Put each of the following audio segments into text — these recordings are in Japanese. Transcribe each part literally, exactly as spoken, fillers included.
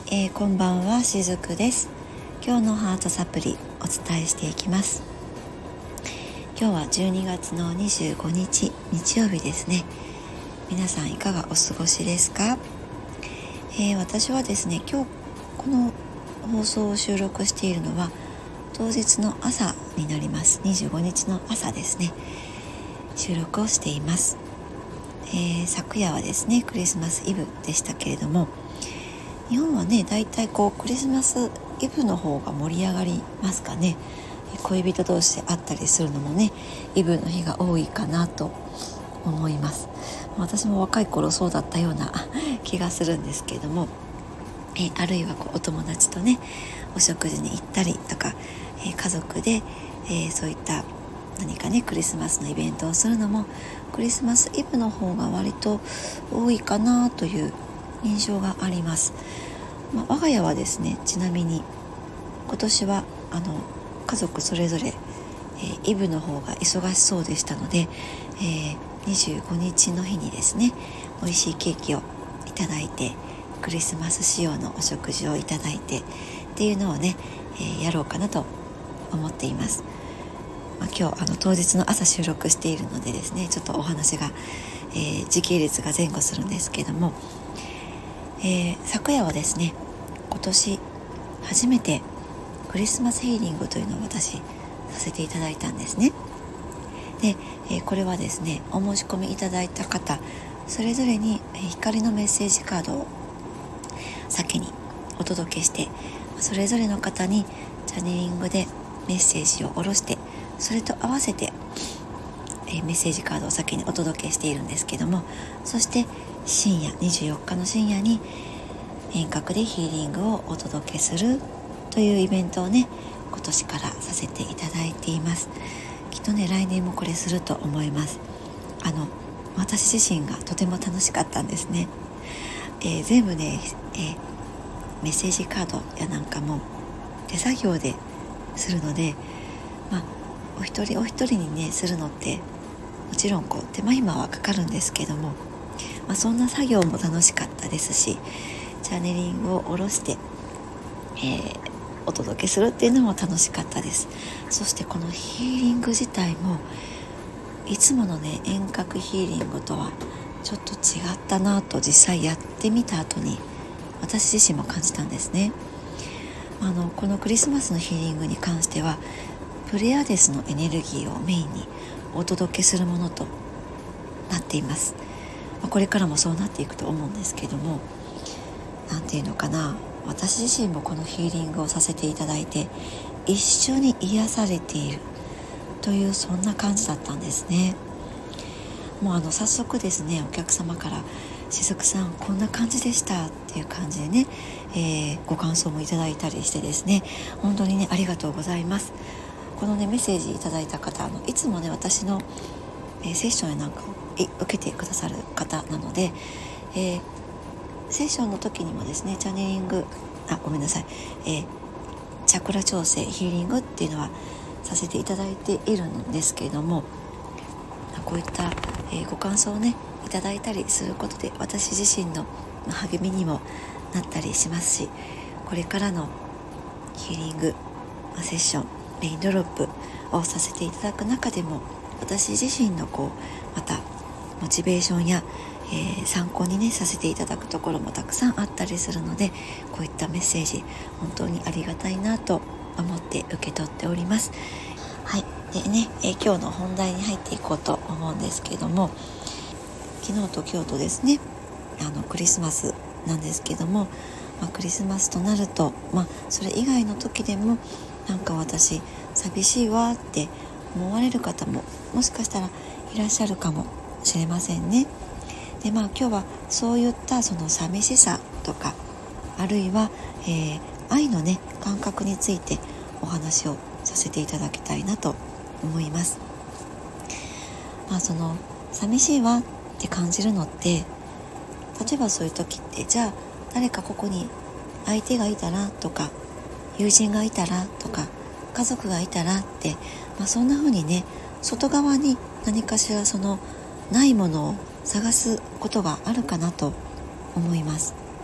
えー、こんばんは、しずくです。今日のハートサプリお伝えしていきます。今日はじゅうにがつのにじゅうごにち日曜日ですね。皆さんいかがお過ごしですか？えー、私はですね、今日この放送を収録しているのは当日の朝になります。にじゅうごにちの朝ですね、収録をしています。えー、昨夜はですねクリスマスイブでしたけれども、日本はねだいたいこうクリスマスイブの方が盛り上がりますかね。恋人同士で会ったりするのもねイブの日が多いかなと思います。私も若い頃そうだったような気がするんですけれども、えあるいはこうお友達とねお食事に行ったりとか、え家族で、えー、そういった何かねクリスマスのイベントをするのもクリスマスイブの方が割と多いかなという印象があります。まあ、我が家はですねちなみに今年はあの家族それぞれ、えー、イブの方が忙しそうでしたので、えー、にじゅうごにちの日にですね美味しいケーキをいただいてクリスマス仕様のお食事をいただいてっていうのをね、えー、やろうかなと思っています。まあ、今日あの当日の朝収録しているのでですねちょっとお話が、えー、時系列が前後するんですけども、えー、昨夜はですね今年初めてクリスマスヒーリングというのを私させていただいたんですね。で、えー、これはですねお申し込みいただいた方それぞれに、えー、光のメッセージカードを先にお届けして、それぞれの方にチャネリングでメッセージを下ろして、それと合わせて、えー、メッセージカードを先にお届けしているんですけども、そして深夜にじゅうよっかの深夜に遠隔でヒーリングをお届けするというイベントをね今年からさせていただいています。きっとね来年もこれすると思います。あの私自身がとても楽しかったんですね。えー、全部ね、えー、メッセージカードやなんかも手作業でするので、まあお一人お一人にねするのってもちろんこう手間暇はかかるんですけども、まあ、そんな作業も楽しかったですし、チャネリングを下ろして、えー、お届けするっていうのも楽しかったです。そしてこのヒーリング自体もいつものね遠隔ヒーリングとはちょっと違ったなと実際やってみた後に私自身も感じたんですね。あのこのクリスマスのヒーリングに関してはプレアデスのエネルギーをメインにお届けするものとなっています。これからもそうなっていくと思うんですけども、なんていうのかな、私自身もこのヒーリングをさせていただいて一緒に癒されているというそんな感じだったんですね。もうあの早速ですねお客様からしずくさんこんな感じでしたっていう感じでね、えー、ご感想もいただいたりしてですね本当にねありがとうございます。このねメッセージいただいた方あのいつもね私の、えー、セッションやなんかを受けてくださる方なので、えー、セッションの時にもですねチャネリングあごめんなさい、えー、チャクラ調整ヒーリングっていうのはさせていただいているんですけれども、こういった、えー、ご感想をねいただいたりすることで私自身の励みにもなったりしますし、これからのヒーリングセッションレインドロップをさせていただく中でも私自身のこうまたモチベーションや、えー、参考にねさせていただくところもたくさんあったりするので、こういったメッセージ本当にありがたいなと思って受け取っております。はいでね、えー、今日の本題に入っていこうと思うんですけれども、昨日と今日とですねあのクリスマスなんですけども、まあ、クリスマスとなると、まあ、それ以外の時でもなんか私寂しいわって思われる方ももしかしたらいらっしゃるかもしれませんね。でまあ今日はそういったその寂しさとかあるいは、えー、愛のね感覚についてお話をさせていただきたいなと思います。まあその寂しいわって感じるのって例えばそういう時ってじゃあ誰かここに相手がいたらとか友人がいたらとか家族がいたらって、まあ、そんな風にね外側に何かしらそのないものを探すことがあるかなと思います。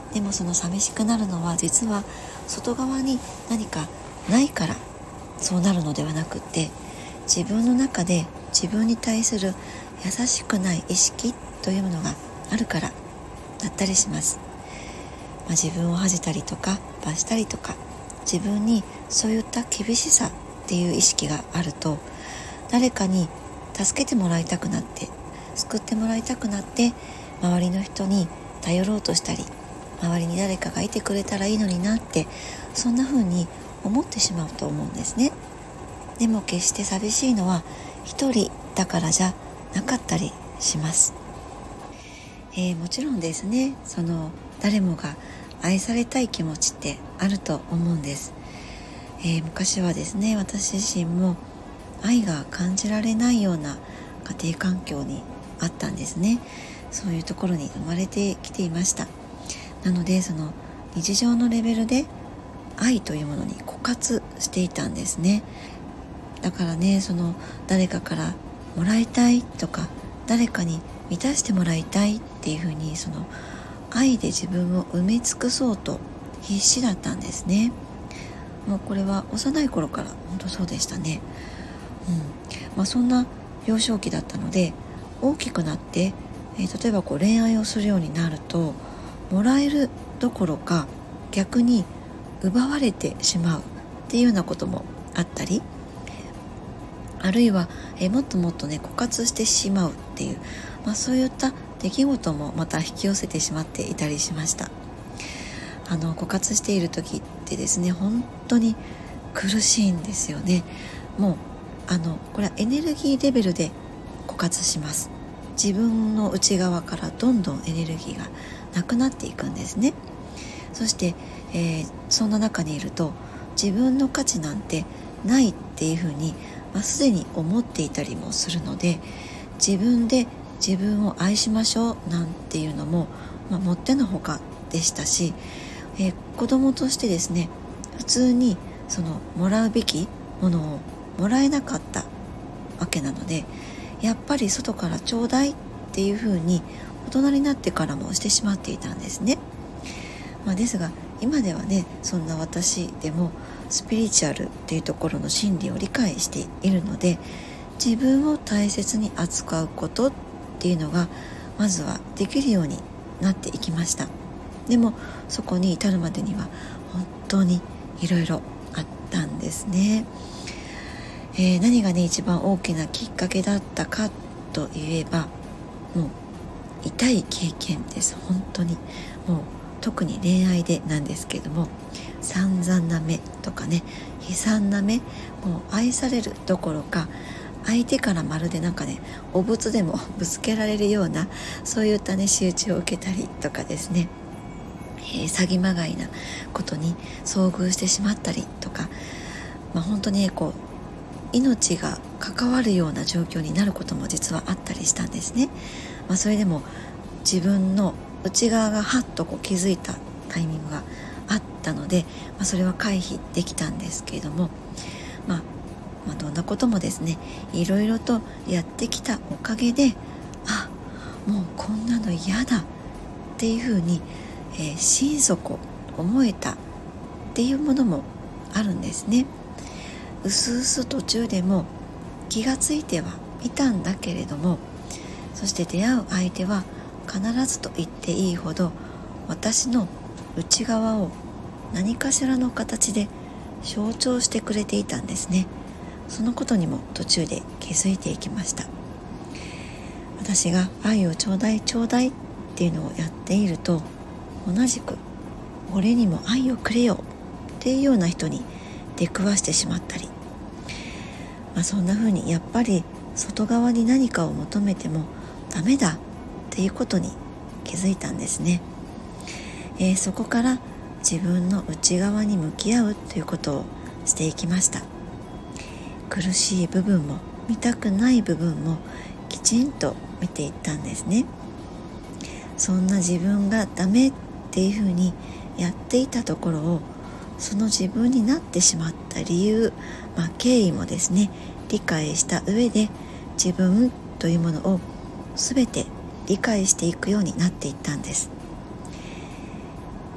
でもその寂しくなるのは実は外側に何かないからそうなるのではなくって、自分の中で自分に対する優しくない意識というものがあるからだったりします。まあ、自分を恥じたりとか罰したりとか、自分にそういった厳しさっていう意識があると、誰かに助けてもらいたくなって、救ってもらいたくなって、周りの人に頼ろうとしたり、周りに誰かがいてくれたらいいのになって、そんな風に思ってしまうと思うんですね。でも決して寂しいのは一人だからじゃなかったりします。えー、もちろんですね、その誰もが愛されたい気持ちってあると思うんです。えー、昔はですね、私自身も愛が感じられないような家庭環境にあったんですね。そういうところに生まれてきていました。なのでその日常のレベルで愛というものに枯渇していたんですね。だからね、その誰かからもらいたいとか、誰かに満たしてもらいたいっていうふうに、その愛で自分を埋め尽くそうと必死だったんですね。もうこれは幼い頃から本当そうでしたね。うんまあ、そんな幼少期だったので、大きくなって、えー、例えばこう恋愛をするようになると、もらえるどころか逆に奪われてしまうっていうようなこともあったり、あるいは、えー、もっともっとね枯渇してしまうっていう、まあ、そういった出来事もまた引き寄せてしまっていたりしました。あの枯渇している時ってですね、本当に苦しいんですよね。もうあのこれはエネルギーレベルで枯渇します。自分の内側からどんどんエネルギーがなくなっていくんですね。そして、えー、そんな中にいると、自分の価値なんてないっていうふうに、まあ、すでに思っていたりもするので、自分で自分を愛しましょうなんていうのも、まあ、もってのほかでしたし、えー、子供としてですね、普通にそのもらうべきものをもらえなかったわけなので、やっぱり外からちょうだいっていうふうに大人になってからもしてしまっていたんですね。まあ、ですが今ではね、そんな私でもスピリチュアルっていうところの真理を理解しているので、自分を大切に扱うことっていうのがまずはできるようになっていきました。でもそこに至るまでには本当にいろいろあったんですね。えー、何がね一番大きなきっかけだったかといえば、もう痛い経験です。本当にもう特に恋愛でなんですけれども、散々な目とかね、悲惨な目、もう愛されるどころか相手からまるでなんかねお物でもぶつけられるような、そういったね仕打ちを受けたりとかですね、えー、詐欺まがいなことに遭遇してしまったりとか、まあ、本当にねこう命が関わるような状況になることも実はあったりしたんですね。まあ、それでも自分の内側がハッとこう気づいたタイミングがあったので、まあ、それは回避できたんですけれども、まあ、まあどんなこともですね、いろいろとやってきたおかげで、あ、もうこんなの嫌だっていうふうに、えー、心底思えたっていうものもあるんですね。うすうす途中でも気がついてはいたんだけれども、そして出会う相手は必ずと言っていいほど私の内側を何かしらの形で象徴してくれていたんですね。そのことにも途中で気づいていきました。私が愛をちょうだいちょうだいっていうのをやっていると、同じく俺にも愛をくれよっていうような人に出くわしてしまったり、まあ、そんな風にやっぱり外側に何かを求めてもダメだっていうことに気づいたんですね。えー、そこから自分の内側に向き合うということをしていきました。苦しい部分も見たくない部分もきちんと見ていったんですね。そんな自分がダメっていう風にやっていたところを、その自分になってしまった理由、まあ、経緯もですね理解した上で、自分というものを全て理解していくようになっていったんです。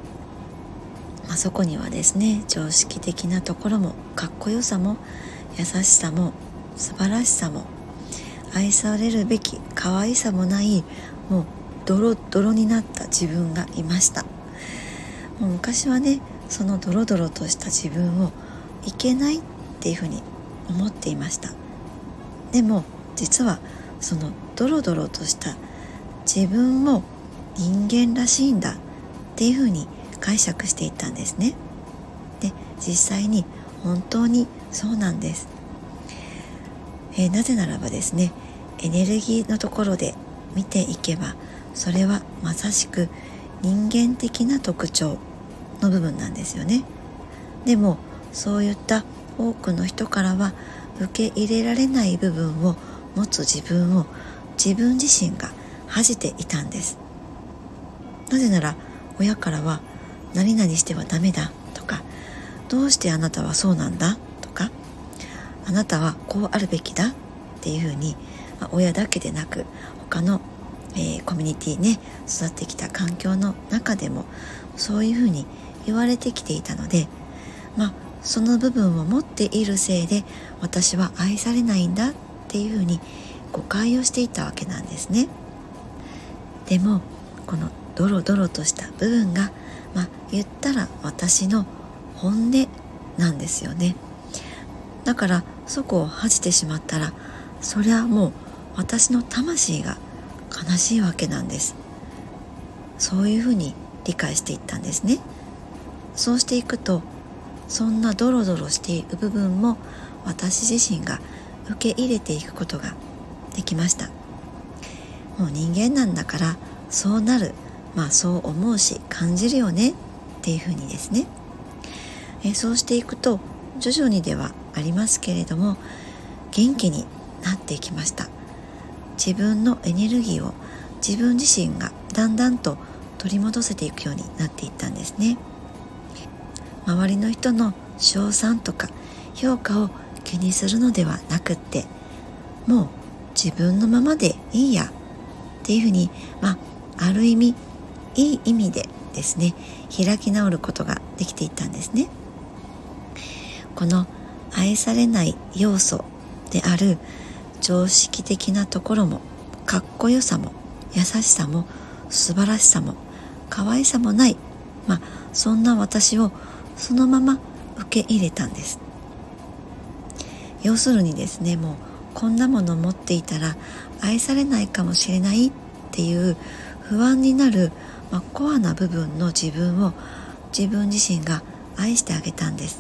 あそこにはですね、常識的なところもかっこよさも優しさも素晴らしさも愛されるべき可愛さもない、もうドロドロになった自分がいました。もう昔はね、そのドロドロとした自分をいけないっていうふうに思っていました。でも実はそのドロドロとした自分も人間らしいんだっていうふうに解釈していったんですね。で、実際に本当にそうなんです。えー、なぜならばですね、エネルギーのところで見ていけば、それはまさしく人間的な特徴の部分なんですよね。でもそういった多くの人からは受け入れられない部分を持つ自分を自分自身が恥じていたんです。なぜなら親からは何々してはダメだとか、どうしてあなたはそうなんだとか、あなたはこうあるべきだっていうふうに、まあ、親だけでなく他の、えー、コミュニティね、育ってきた環境の中でもそういうふうに言われてきていたので、まあその部分を持っているせいで私は愛されないんだっていうふうに誤解をしていたわけなんですね。でもこのドロドロとした部分が、まあ言ったら私の本音なんですよね。だからそこを恥じてしまったら、そりゃもう私の魂が悲しいわけなんです。そういうふうに理解していったんですね。そうしていくと、そんなドロドロしている部分も私自身が受け入れていくことができました。もう人間なんだからそうなる、まあそう思うし感じるよねっていうふうにですね、えそうしていくと徐々にではありますけれども元気になっていきました。自分のエネルギーを自分自身がだんだんと取り戻せていくようになっていったんですね。周りの人の称賛とか評価を気にするのではなくって、もう自分のままでいいやっていうふうに、まあある意味いい意味でですね、開き直ることができていったんですね。この愛されない要素である常識的なところもかっこよさも優しさも素晴らしさも可愛さもない、まあそんな私をそのまま受け入れたんです。要するにですね、もうこんなものを持っていたら愛されないかもしれないっていう不安になる、まあ、コアな部分の自分を自分自身が愛してあげたんです。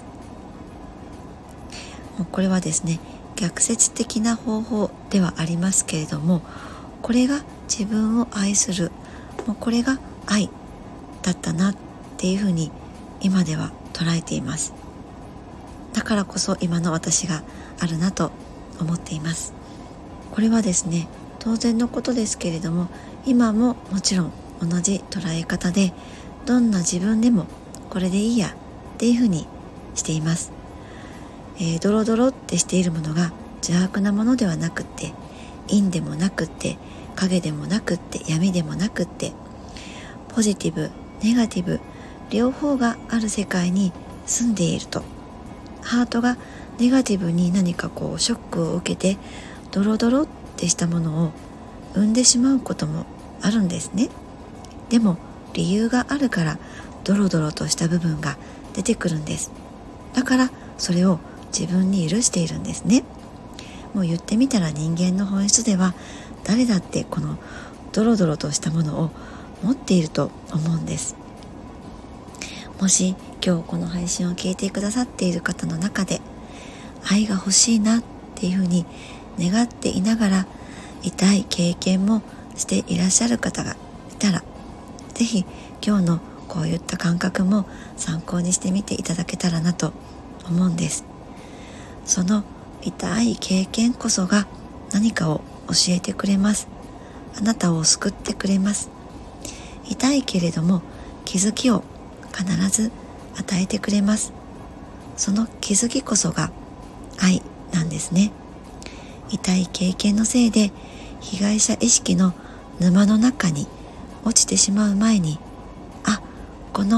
もうこれはですね、逆説的な方法ではありますけれども、これが自分を愛する、もうこれが愛だったなっていうふうに今では捉えています。だからこそ今の私があるなと思っています。これはですね、当然のことですけれども、今ももちろん同じ捉え方で、どんな自分でもこれでいいやっていうふうにしています。えー、ドロドロってしているものが邪悪なものではなくって、陰でもなくって、影でもなくって、闇でもなくって、ポジティブ、ネガティブ両方がある世界に住んでいると、ハートがネガティブに何かこうショックを受けてドロドロってしたものを生んでしまうこともあるんですね。でも理由があるからドロドロとした部分が出てくるんです。だからそれを自分に許しているんですね。もう言ってみたら人間の本質では誰だってこのドロドロとしたものを持っていると思うんです。もし今日この配信を聞いてくださっている方の中で愛が欲しいなっていうふうに願っていながら痛い経験もしていらっしゃる方がいたら、ぜひ今日のこういった感覚も参考にしてみていただけたらなと思うんです。その痛い経験こそが何かを教えてくれます。あなたを救ってくれます。痛いけれども気づきを必ず与えてくれます。その気づきこそが愛なんですね。痛い経験のせいで被害者意識の沼の中に落ちてしまう前に、あ、この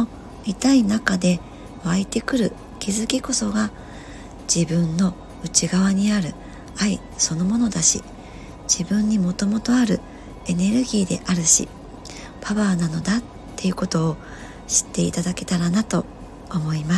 痛い中で湧いてくる気づきこそが自分の内側にある愛そのものだし、自分にもともとあるエネルギーであるし、パワーなのだっていうことを知っていただけたらなと思います。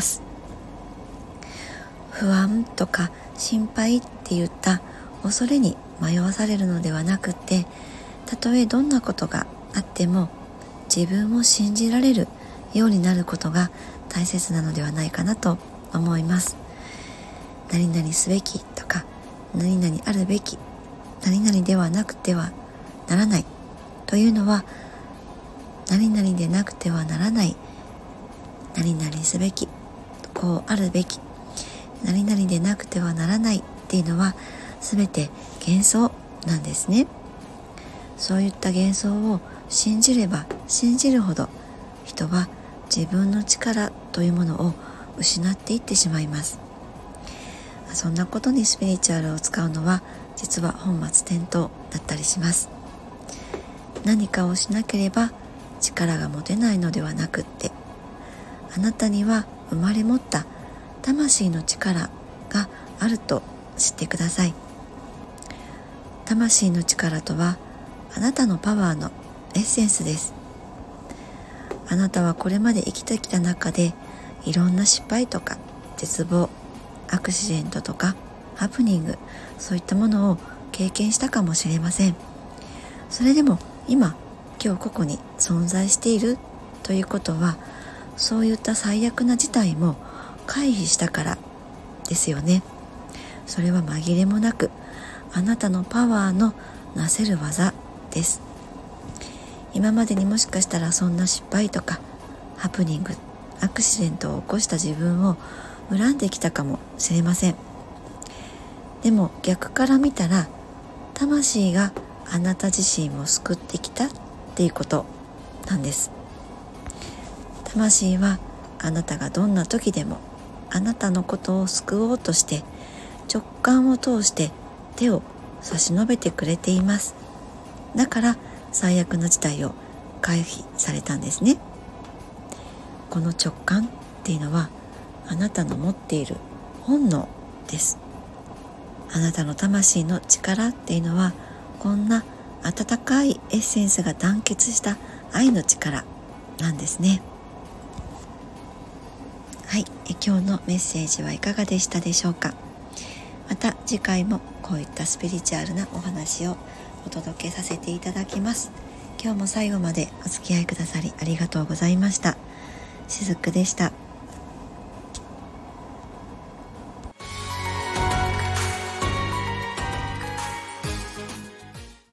不安とか心配っていった恐れに迷わされるのではなくて、たとえどんなことがあっても自分を信じられるようになることが大切なのではないかなと思います。何々すべきとか、何々あるべき、何々ではなくてはならないというのは、何々でなくてはならない、何々すべき、こうあるべき、何々でなくてはならないっていうのは全て幻想なんですね。そういった幻想を信じれば信じるほど、人は自分の力というものを失っていってしまいます。そんなことにスピリチュアルを使うのは実は本末転倒だったりします。何かをしなければ力が持てないのではなくって、あなたには生まれ持った魂の力があると知ってください。魂の力とはあなたのパワーのエッセンスです。あなたはこれまで生きてきた中でいろんな失敗とか絶望、アクシデントとかハプニング、そういったものを経験したかもしれません。それでも今今日ここに存在しているということは、そういった最悪な事態も回避したからですよね。それは紛れもなくあなたのパワーのなせる技です。今までにもしかしたらそんな失敗とかハプニング、アクシデントを起こした自分を恨んできたかもしれません。でも逆から見たら、魂があなた自身を救ってきたっていうことなんです。魂はあなたがどんな時でもあなたのことを救おうとして直感を通して手を差し伸べてくれています。だから最悪の事態を回避されたんですね。この直感っていうのはあなたの持っている本能です。あなたの魂の力っていうのはこんな温かいエッセンスが団結した愛の力なんですね。はい、え今日のメッセージはいかがでしたでしょうか。また次回もこういったスピリチュアルなお話をお届けさせていただきます。今日も最後までお付き合いくださりありがとうございました。しずくでした。